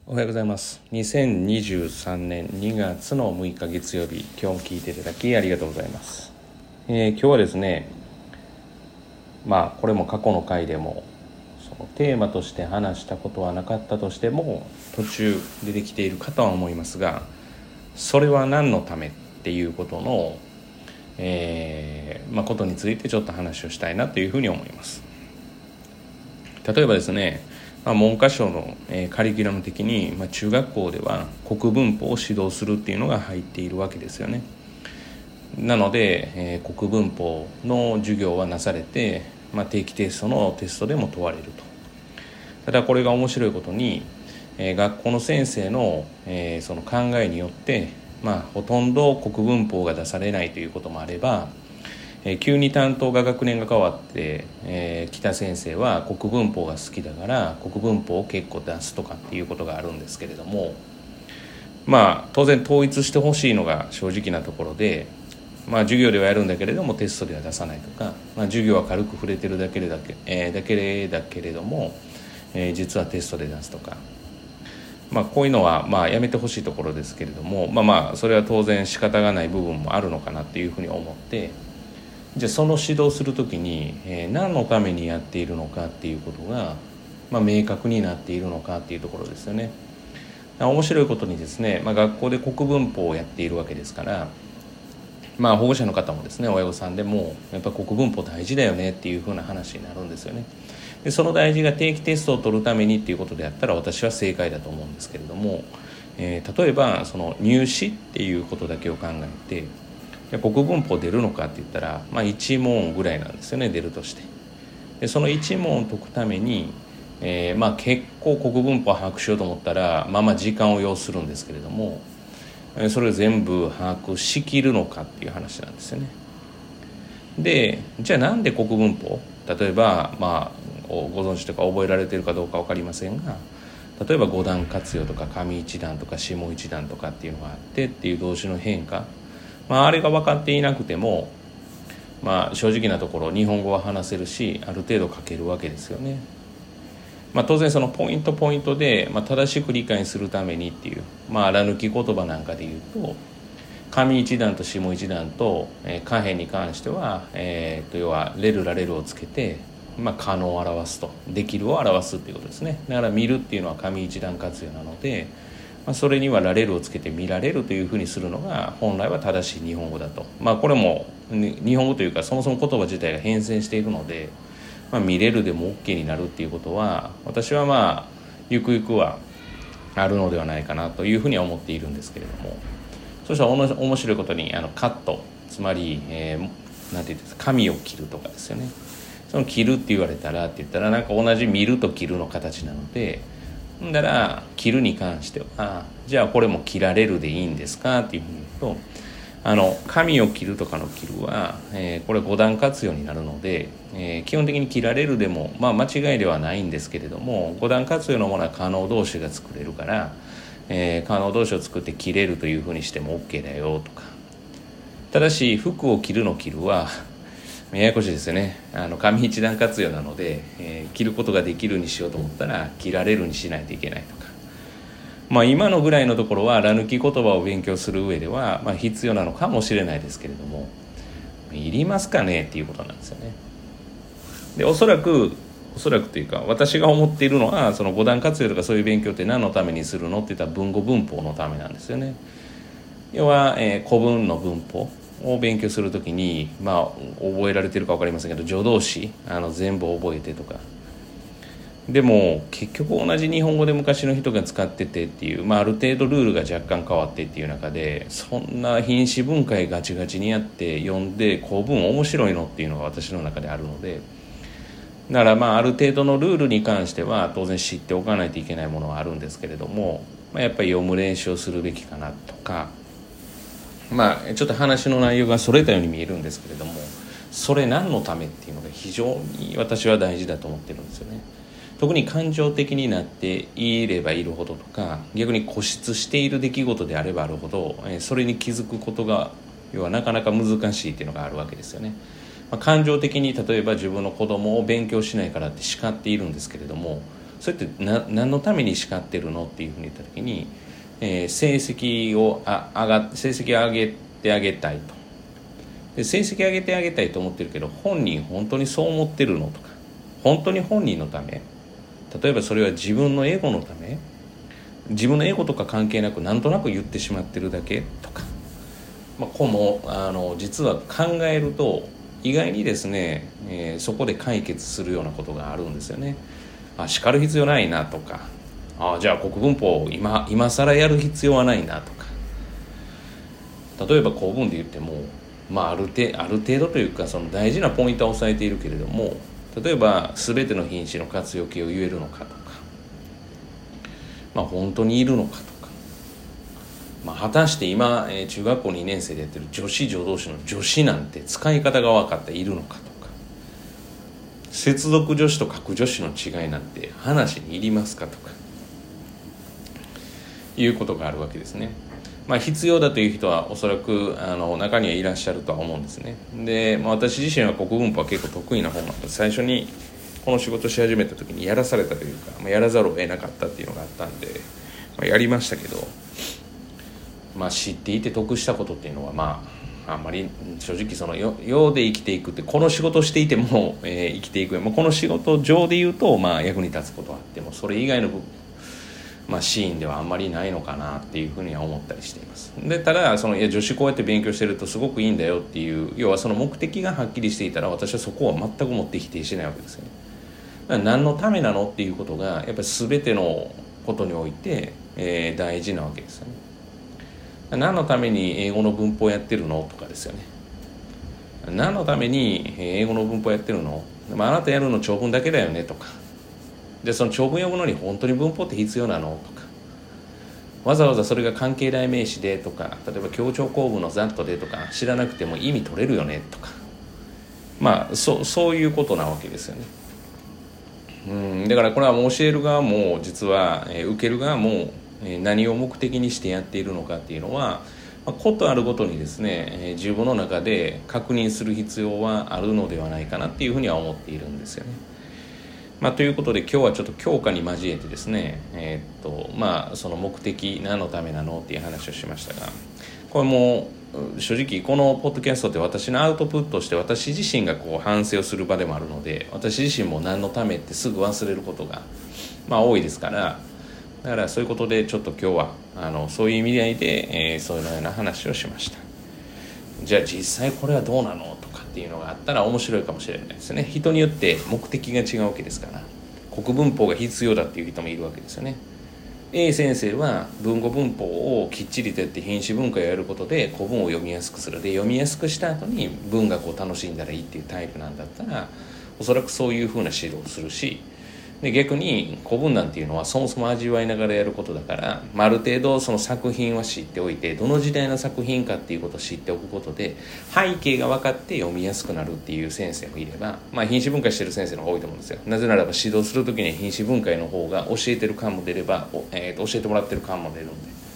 おはようございます。2023年2月の6日月曜日、今日も聞いていただきありがとうございます。今日はですね、これも過去の回でもそのテーマとして話したことはなかったとしても途中出てきているかとは思いますが、それは何のためっていうことの、ことについてちょっと話をしたいなというふうに思います。例えばですね、文科省の、カリキュラム的に、中学校では国文法を指導するっていうのが入っているわけですよね。なので、国文法の授業はなされて、定期テストのテストでも問われると。ただこれが面白いことに、学校の先生の、その考えによって、ほとんど国文法が出されないということもあれば、急に担当が学年が変わって、来た先生は国文法が好きだから国文法を結構出すとかっていうことがあるんですけれども、当然統一してほしいのが正直なところで、授業ではやるんだけれどもテストでは出さないとか、授業は軽く触れてるだけだけれども、実はテストで出すとか、こういうのはやめてほしいところですけれども、それは当然仕方がない部分もあるのかなっていうふうに思って、じゃあその指導するときに、何のためにやっているのかっていうことが、明確になっているのかっていうところですよね。面白いことにですね、学校で国文法をやっているわけですから、保護者の方もですね、親御さんでもやっぱ国文法大事だよねっていうふうな話になるんですよね。でその大事が定期テストを取るためにっていうことであったら私は正解だと思うんですけれども、例えばその入試っていうことだけを考えて、国文法出るのかって言ったら、1問ぐらいなんですよね、出るとして。でその1問を解くために、結構国文法を把握しようと思ったら時間を要するんですけれども、それを全部把握しきるのかっていう話なんですよね。でじゃあなんで国文法、例えばご存知とか覚えられているかどうか分かりませんが、例えば五段活用とか上一段とか下一段とかっていうのがあってっていう動詞の変化、あれが分かっていなくても、正直なところ日本語は話せるし、ある程度書けるわけですよね。当然そのポイントで、正しく理解するためにっていう、荒抜き言葉なんかで言うと、上一段と下一段と、下辺に関しては、要はレルラレルをつけて、可能を表すと、できるを表すっていうことですね。だから見るっていうのは上一段活用なので、それにはラレルをつけて見られるというふうにするのが本来は正しい日本語だと。これも日本語というかそもそも言葉自体が変遷しているので、見れるでも OK になるっていうことは私はゆくゆくはあるのではないかなというふうには思っているんですけれども、そしたら面白いことにカット、つまり、なんていうんですか、髪を切るとかですよね。その切るって言われたらって言ったら同じ見ると切るの形なので、だから切るに関してはじゃあこれも切られるでいいんですかっていうふうに言うと、紙を切るとかの切るは、これ五段活用になるので、基本的に切られるでも間違いではないんですけれども、五段活用のものは可能動詞が作れるから、可能動詞を作って切れるというふうにしても OK だよとか。ただし服を着るの切るはややこしいですよね。上一段活用なので、着ることができるにしようと思ったら着られるにしないといけないとか、今のぐらいのところは荒抜き言葉を勉強する上では、必要なのかもしれないですけれども、いりますかねっていうことなんですよね。でおそらくというか私が思っているのは、その五段活用とかそういう勉強って何のためにするのって言ったら文語文法のためなんですよね。要は、古文の文法を勉強するときに、覚えられてるか分かりませんけど助動詞全部覚えてとか。でも結局同じ日本語で昔の人が使っててっていう、ある程度ルールが若干変わってっていう中で、そんな品詞分解ガチガチにやって読んで古文面白いのっていうのが私の中であるので、だからある程度のルールに関しては当然知っておかないといけないものはあるんですけれども、やっぱり読む練習をするべきかなとか、ちょっと話の内容がそれたように見えるんですけれども、それ何のためっていうのが非常に私は大事だと思ってるんですよね。特に感情的になっていればいるほどとか、逆に固執している出来事であればあるほど、それに気づくことが要はなかなか難しいっていうのがあるわけですよね。感情的に例えば自分の子供を勉強しないからって叱っているんですけれども、 それって何のために叱ってるのっていうふうに言った時に、成績を上げてあげたいと。で成績上げてあげたいと思ってるけど、本人本当にそう思ってるのとか、本当に本人のため、例えばそれは自分のエゴのため、自分のエゴとか関係なくなんとなく言ってしまってるだけとか、この実は考えると意外にですね、そこで解決するようなことがあるんですよね。叱る必要ないなとか、じゃあ国文法を今更やる必要はないなとか、例えば構文で言っても、ある程度というかその大事なポイントは押さえているけれども、例えば全ての品詞の活用形を言えるのかとか、本当にいるのかとか、果たして今、中学校2年生でやってる助詞助動詞の助詞なんて使い方が分かっているのかとか、接続助詞と格助詞の違いなんて話にいりますかとかいうことがあるわけですね。必要だという人はおそらく中にはいらっしゃるとは思うんですね。で、私自身は国文法は結構得意な方なので、最初にこの仕事し始めた時にやらされたというか、やらざるを得なかったっていうのがあったんで、やりましたけど、知っていて得したことっていうのはあんまり正直その世で生きていくって、この仕事をしていても、生きていく、この仕事上で言うと役に立つことはあっても、それ以外のシーンではあんまりないのかなっていうふうには思ったりしています。でただ助手こうやって勉強してるとすごくいいんだよっていう、要はその目的がはっきりしていたら、私はそこは全くもって否定しないわけですよね。だから何のためなのっていうことがやっぱり全てのことにおいて、大事なわけですよね。何のために英語の文法やってるのとかですよね。何のために英語の文法やってるの、あなたやるの長文だけだよねとか、でその長文読むのに本当に文法って必要なのとか、わざわざそれが関係代名詞でとか、例えば協調構文のthatでとか知らなくても意味取れるよねとか、そういうことなわけですよね。だからこれはもう教える側も実は、受ける側も何を目的にしてやっているのかっていうのは、ことあるごとにですね、自分の中で確認する必要はあるのではないかなっていうふうには思っているんですよね。ということで今日はちょっと教科に交えてですね、その目的何のためなのっていう話をしましたが、これも正直このポッドキャストって私のアウトプットとして私自身が反省をする場でもあるので、私自身も何のためってすぐ忘れることが多いですから、だからそういうことでちょっと今日はそういう意味合いで、そういうような話をしました。じゃあ実際これはどうなのとかっていうのがあったら面白いかもしれないですね。人によって目的が違うわけですから、国文法が必要だっていう人もいるわけですよね。A 先生は文語文法をきっちりとやって品詞分解をやることで古文を読みやすくする、で読みやすくした後に文学を楽しんだらいいっていうタイプなんだったら、おそらくそういうふうな指導をするし、で逆に古文なんていうのはそもそも味わいながらやることだから、ある程度その作品は知っておいて、どの時代の作品かっていうことを知っておくことで背景が分かって読みやすくなるっていう先生もいれば、品詞分解してる先生の方が多いと思うんですよ。なぜならば指導するときに品詞分解の方が教えてる感も出れば、教えてもらってる感も出るんで、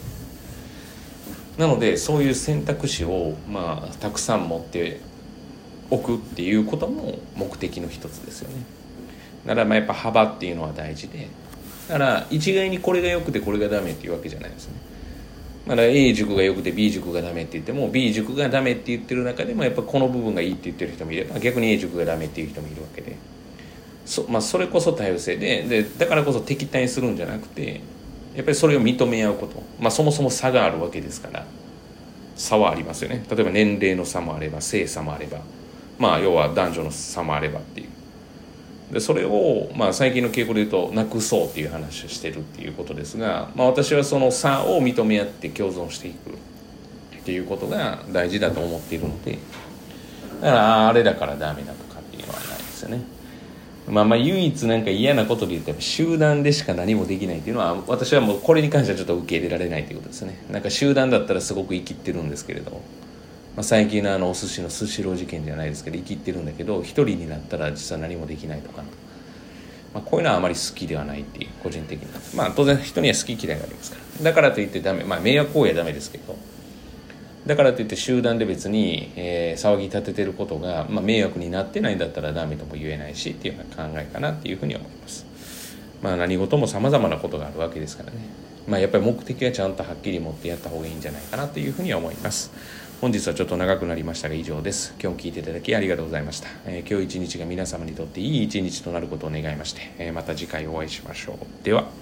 なのでそういう選択肢をたくさん持っておくっていうことも目的の一つですよね。だからやっぱ幅っていうのは大事で、だから一概にこれが良くてこれがダメっていうわけじゃないですね。だから A 塾が良くて B 塾がダメって言っても、 B 塾がダメって言ってる中でもやっぱこの部分がいいって言ってる人もいれば、逆に A 塾がダメっていう人もいるわけで、それこそ多様性で、だからこそ敵対するんじゃなくて、やっぱりそれを認め合うこと、そもそも差があるわけですから、差はありますよね。例えば年齢の差もあれば性差もあれば、要は男女の差もあればっていうで、それを最近の傾向で言うとなくそうっていう話をしてるっていうことですが、私はその差を認め合って共存していくっていうことが大事だと思っているので、だからあれだからダメだとかっていうのはないですよね。唯一なんか嫌なことで言うと、集団でしか何もできないっていうのは、私はもうこれに関してはちょっと受け入れられないということですね。なんか集団だったらすごく生きってるんですけれど、最近のお寿司のスシロー事件じゃないですけど、生きってるんだけど一人になったら実は何もできないとか、こういうのはあまり好きではないっていう、個人的に当然人には好き嫌いがありますから、だからといってダメ、迷惑行為はダメですけど、だからといって集団で別に、騒ぎ立ててることが、迷惑になってないんだったらダメとも言えないしっていうような考えかなっていうふうに思います。 何事もさまざまなことがあるわけですからね、やっぱり目的はちゃんとはっきり持ってやった方がいいんじゃないかなというふうには思います。本日はちょっと長くなりましたが以上です。今日も聞いていただきありがとうございました。今日一日が皆様にとっていい一日となることを願いまして、また次回お会いしましょう。では。